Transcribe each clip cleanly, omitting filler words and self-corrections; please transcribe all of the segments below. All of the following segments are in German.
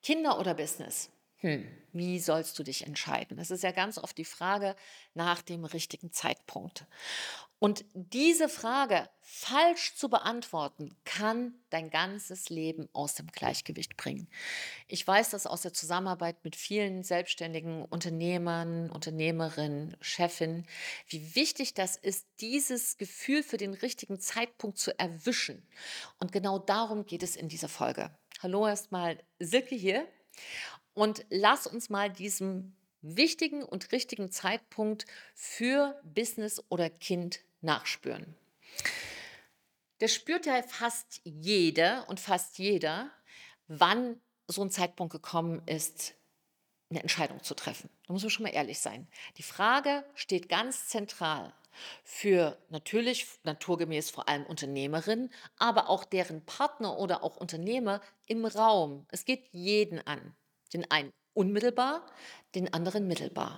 Kinder oder Business? Wie sollst du dich entscheiden? Das ist ja ganz oft die Frage nach dem richtigen Zeitpunkt. Und diese Frage falsch zu beantworten, kann dein ganzes Leben aus dem Gleichgewicht bringen. Ich weiß das aus der Zusammenarbeit mit vielen selbstständigen Unternehmern, Unternehmerinnen, Chefinnen, wie wichtig das ist, dieses Gefühl für den richtigen Zeitpunkt zu erwischen. Und genau darum geht es in dieser Folge. Hallo erstmal, Silke hier. Und lass uns mal diesem wichtigen und richtigen Zeitpunkt für Business oder Kind nachspüren. Der spürt ja fast jede und fast jeder, wann so ein Zeitpunkt gekommen ist, eine Entscheidung zu treffen. Da muss man schon mal ehrlich sein. Die Frage steht ganz zentral für natürlich naturgemäß vor allem Unternehmerinnen, aber auch deren Partner oder auch Unternehmer im Raum. Es geht jeden an. Den einen unmittelbar, den anderen mittelbar.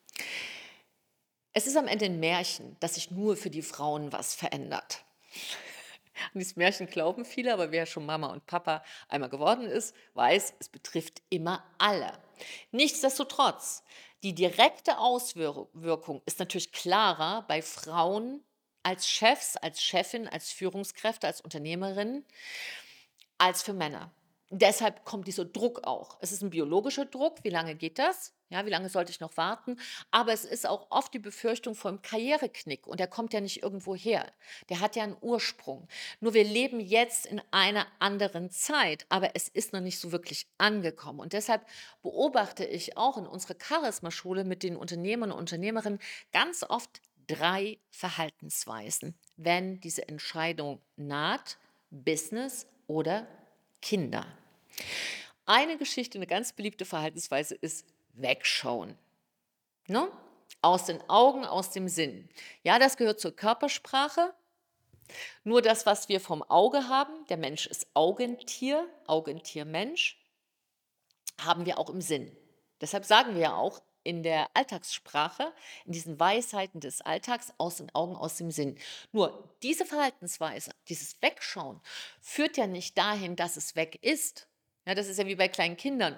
Es ist am Ende ein Märchen, dass sich nur für die Frauen was verändert. An dieses Märchen glauben viele, aber wer schon Mama und Papa einmal geworden ist, weiß, es betrifft immer alle. Nichtsdestotrotz, die direkte Auswirkung ist natürlich klarer bei Frauen als Chefs, als Chefin, als Führungskräfte, als Unternehmerinnen als für Männer. Deshalb kommt dieser Druck auch. Es ist ein biologischer Druck. Wie lange geht das? Ja, wie lange sollte ich noch warten? Aber es ist auch oft die Befürchtung vom Karriereknick und der kommt ja nicht irgendwo her. Der hat ja einen Ursprung. Nur wir leben jetzt in einer anderen Zeit, aber es ist noch nicht so wirklich angekommen. Und deshalb beobachte ich auch in unserer Charisma-Schule mit den Unternehmern und Unternehmerinnen ganz oft 3 Verhaltensweisen, wenn diese Entscheidung naht, Business oder Kinder. Eine Geschichte, eine ganz beliebte Verhaltensweise ist wegschauen. Ne? Aus den Augen, aus dem Sinn. Ja, das gehört zur Körpersprache. Nur das, was wir vom Auge haben, der Mensch ist Augentier, Augentier-Mensch, haben wir auch im Sinn. Deshalb sagen wir ja auch in der Alltagssprache, in diesen Weisheiten des Alltags, aus den Augen, aus dem Sinn. Nur diese Verhaltensweise, dieses Wegschauen, führt ja nicht dahin, dass es weg ist. Ja, das ist ja wie bei kleinen Kindern.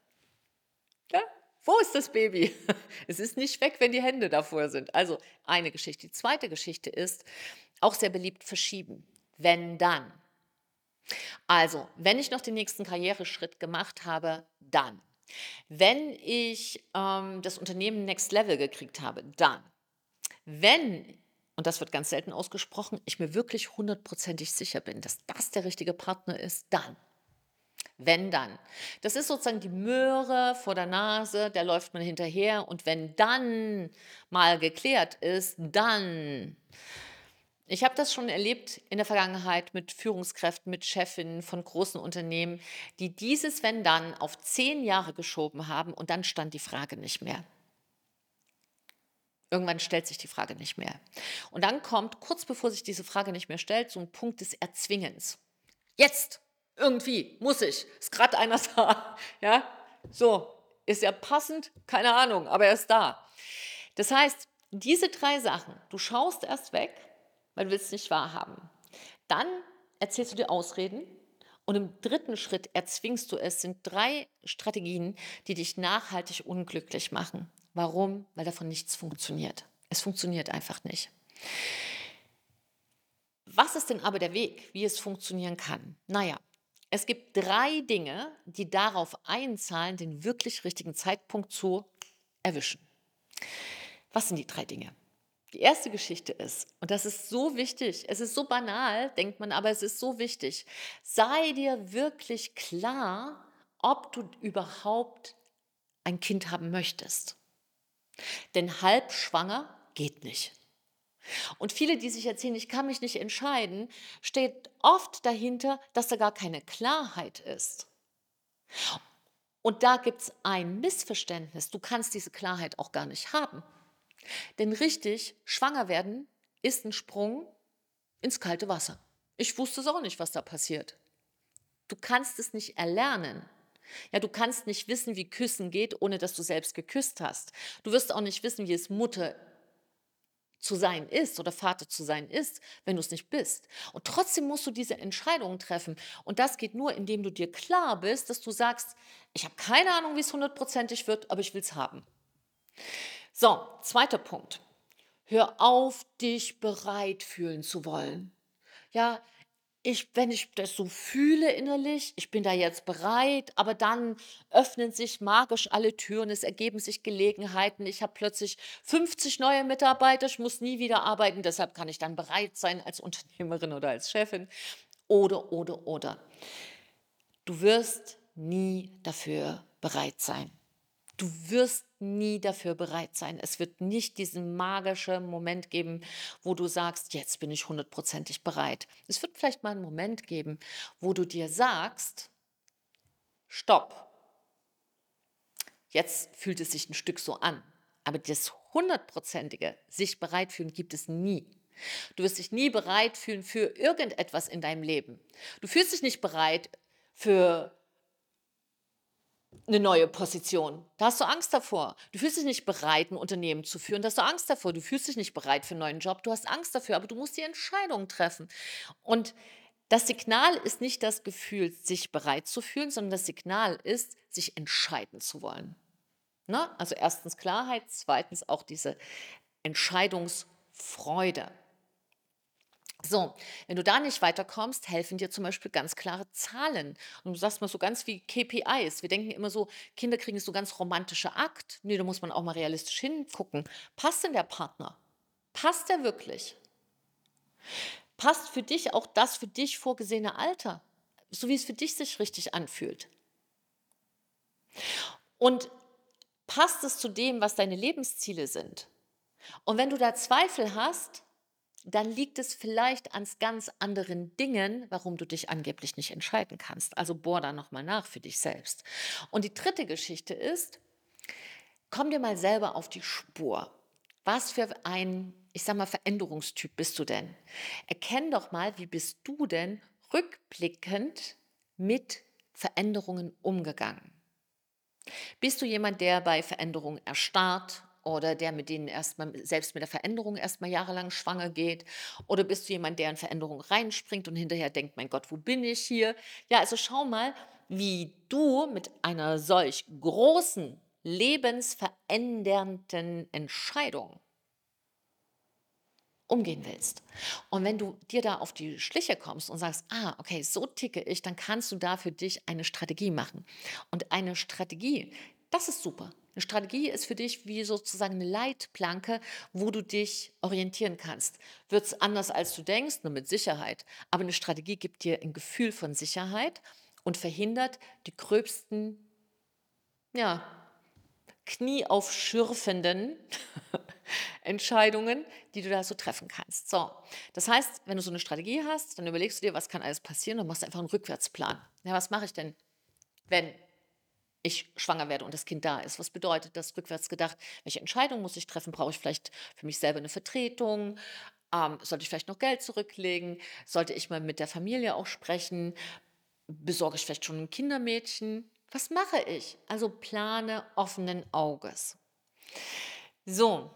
Ja? Wo ist das Baby? Es ist nicht weg, wenn die Hände davor sind. Also eine Geschichte. Die zweite Geschichte ist, auch sehr beliebt, verschieben. Wenn dann. Also, wenn ich noch den nächsten Karriereschritt gemacht habe, dann. Wenn ich das Unternehmen Next Level gekriegt habe, dann. Wenn, und das wird ganz selten ausgesprochen, ich mir wirklich hundertprozentig sicher bin, dass das der richtige Partner ist, dann. Wenn dann. Das ist sozusagen die Möhre vor der Nase, der läuft man hinterher und wenn dann mal geklärt ist, dann. Ich habe das schon erlebt in der Vergangenheit mit Führungskräften, mit Chefinnen von großen Unternehmen, die dieses Wenn dann auf 10 Jahre geschoben haben und dann stand die Frage nicht mehr. Irgendwann stellt sich die Frage nicht mehr. Und dann kommt, kurz bevor sich diese Frage nicht mehr stellt, so ein Punkt des Erzwingens. Jetzt, irgendwie, muss ich, ist gerade einer da. Ja, so, ist er passend? Keine Ahnung, aber er ist da. Das heißt, diese 3 Sachen, du schaust erst weg, weil du willst es nicht wahrhaben. Dann erzählst du dir Ausreden und im dritten Schritt erzwingst du es. Sind 3 Strategien, die dich nachhaltig unglücklich machen. Warum? Weil davon nichts funktioniert. Es funktioniert einfach nicht. Was ist denn aber der Weg, wie es funktionieren kann? Naja, es gibt 3 Dinge, die darauf einzahlen, den wirklich richtigen Zeitpunkt zu erwischen. Was sind die 3 Dinge? Die erste Geschichte ist, und das ist so wichtig, es ist so banal, denkt man, aber es ist so wichtig, sei dir wirklich klar, ob du überhaupt ein Kind haben möchtest. Denn halb schwanger geht nicht. Und viele, die sich erzählen, ich kann mich nicht entscheiden, steht oft dahinter, dass da gar keine Klarheit ist. Und da gibt es ein Missverständnis. Du kannst diese Klarheit auch gar nicht haben. Denn richtig, schwanger werden ist ein Sprung ins kalte Wasser. Ich wusste es auch nicht, was da passiert. Du kannst es nicht erlernen. Ja, du kannst nicht wissen, wie Küssen geht, ohne dass du selbst geküsst hast. Du wirst auch nicht wissen, wie es Mutter zu sein ist oder Vater zu sein ist, wenn du es nicht bist. Und trotzdem musst du diese Entscheidungen treffen. Und das geht nur, indem du dir klar bist, dass du sagst, ich habe keine Ahnung, wie es hundertprozentig wird, aber ich will es haben. So, zweiter Punkt. Hör auf, dich bereit fühlen zu wollen. Ja, wenn ich das so fühle innerlich, ich bin da jetzt bereit, aber dann öffnen sich magisch alle Türen, es ergeben sich Gelegenheiten. Ich habe plötzlich 50 neue Mitarbeiter, ich muss nie wieder arbeiten, deshalb kann ich dann bereit sein als Unternehmerin oder als Chefin. Oder. Du wirst nie dafür bereit sein. Du wirst nie dafür bereit sein. Es wird nicht diesen magischen Moment geben, wo du sagst, jetzt bin ich hundertprozentig bereit. Es wird vielleicht mal einen Moment geben, wo du dir sagst, stopp, jetzt fühlt es sich ein Stück so an. Aber das hundertprozentige sich bereit fühlen gibt es nie. Du wirst dich nie bereit fühlen für irgendetwas in deinem Leben. Du fühlst dich nicht bereit für eine neue Position. Da hast du Angst davor. Du fühlst dich nicht bereit, ein Unternehmen zu führen. Da hast du Angst davor. Du fühlst dich nicht bereit für einen neuen Job. Du hast Angst dafür, aber du musst die Entscheidung treffen. Und das Signal ist nicht das Gefühl, sich bereit zu fühlen, sondern das Signal ist, sich entscheiden zu wollen. Ne? Also erstens Klarheit, zweitens auch diese Entscheidungsfreude. So, wenn du da nicht weiterkommst, helfen dir zum Beispiel ganz klare Zahlen. Und du sagst mal so ganz wie KPIs. Wir denken immer so, Kinder kriegen so ganz romantische Akt. Nee, da muss man auch mal realistisch hingucken. Passt denn der Partner? Passt der wirklich? Passt für dich auch das für dich vorgesehene Alter? So wie es für dich sich richtig anfühlt. Und passt es zu dem, was deine Lebensziele sind? Und wenn du da Zweifel hast, dann liegt es vielleicht an ganz anderen Dingen, warum du dich angeblich nicht entscheiden kannst. Also bohr da nochmal nach für dich selbst. Und die dritte Geschichte ist, komm dir mal selber auf die Spur. Was für ein, ich sag mal, Veränderungstyp bist du denn? Erkenn doch mal, wie bist du denn rückblickend mit Veränderungen umgegangen? Bist du jemand, der bei Veränderungen erstarrt oder der mit denen erstmal selbst mit der Veränderung erstmal jahrelang schwanger geht? Oder bist du jemand, der in Veränderungen reinspringt und hinterher denkt: „Mein Gott, wo bin ich hier?“ Ja, also schau mal, wie du mit einer solch großen, lebensverändernden Entscheidung umgehen willst. Und wenn du dir da auf die Schliche kommst und sagst, okay, so ticke ich, dann kannst du da für dich eine Strategie machen. Und eine Strategie, das ist super. Eine Strategie ist für dich wie sozusagen eine Leitplanke, wo du dich orientieren kannst. Wird es anders, als du denkst? Nur mit Sicherheit. Aber eine Strategie gibt dir ein Gefühl von Sicherheit und verhindert die gröbsten, ja, knieaufschürfenden Entscheidungen, die du da so treffen kannst. So, das heißt, wenn du so eine Strategie hast, dann überlegst du dir, was kann alles passieren, dann machst du einfach einen Rückwärtsplan. Ja, was mache ich denn, wenn ich schwanger werde und das Kind da ist? Was bedeutet das rückwärts gedacht? Welche Entscheidung muss ich treffen? Brauche ich vielleicht für mich selber eine Vertretung? Sollte ich vielleicht noch Geld zurücklegen? Sollte ich mal mit der Familie auch sprechen? Besorge ich vielleicht schon ein Kindermädchen? Was mache ich? Also plane offenen Auges. So,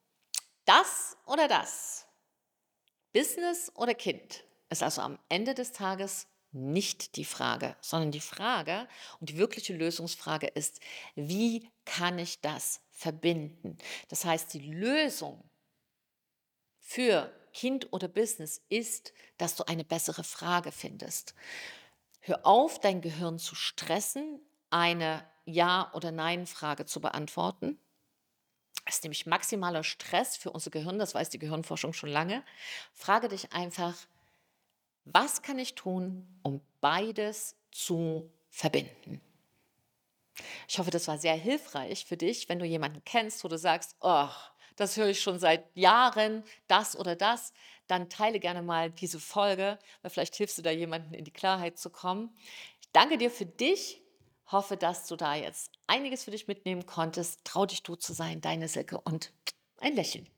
das oder das? Business oder Kind? Ist also am Ende des Tages nicht die Frage, sondern die Frage und die wirkliche Lösungsfrage ist, wie kann ich das verbinden? Das heißt, die Lösung für Kind oder Business ist, dass du eine bessere Frage findest. Hör auf, dein Gehirn zu stressen, eine Ja- oder Nein-Frage zu beantworten. Das ist nämlich maximaler Stress für unser Gehirn, das weiß die Gehirnforschung schon lange. Frage dich einfach, was kann ich tun, um beides zu verbinden? Ich hoffe, das war sehr hilfreich für dich, wenn du jemanden kennst, wo du sagst, oh, das höre ich schon seit Jahren, das oder das, dann teile gerne mal diese Folge, weil vielleicht hilfst du da jemanden in die Klarheit zu kommen. Ich danke dir für dich, hoffe, dass du da jetzt einiges für dich mitnehmen konntest. Trau dich du zu sein, deine Silke und ein Lächeln.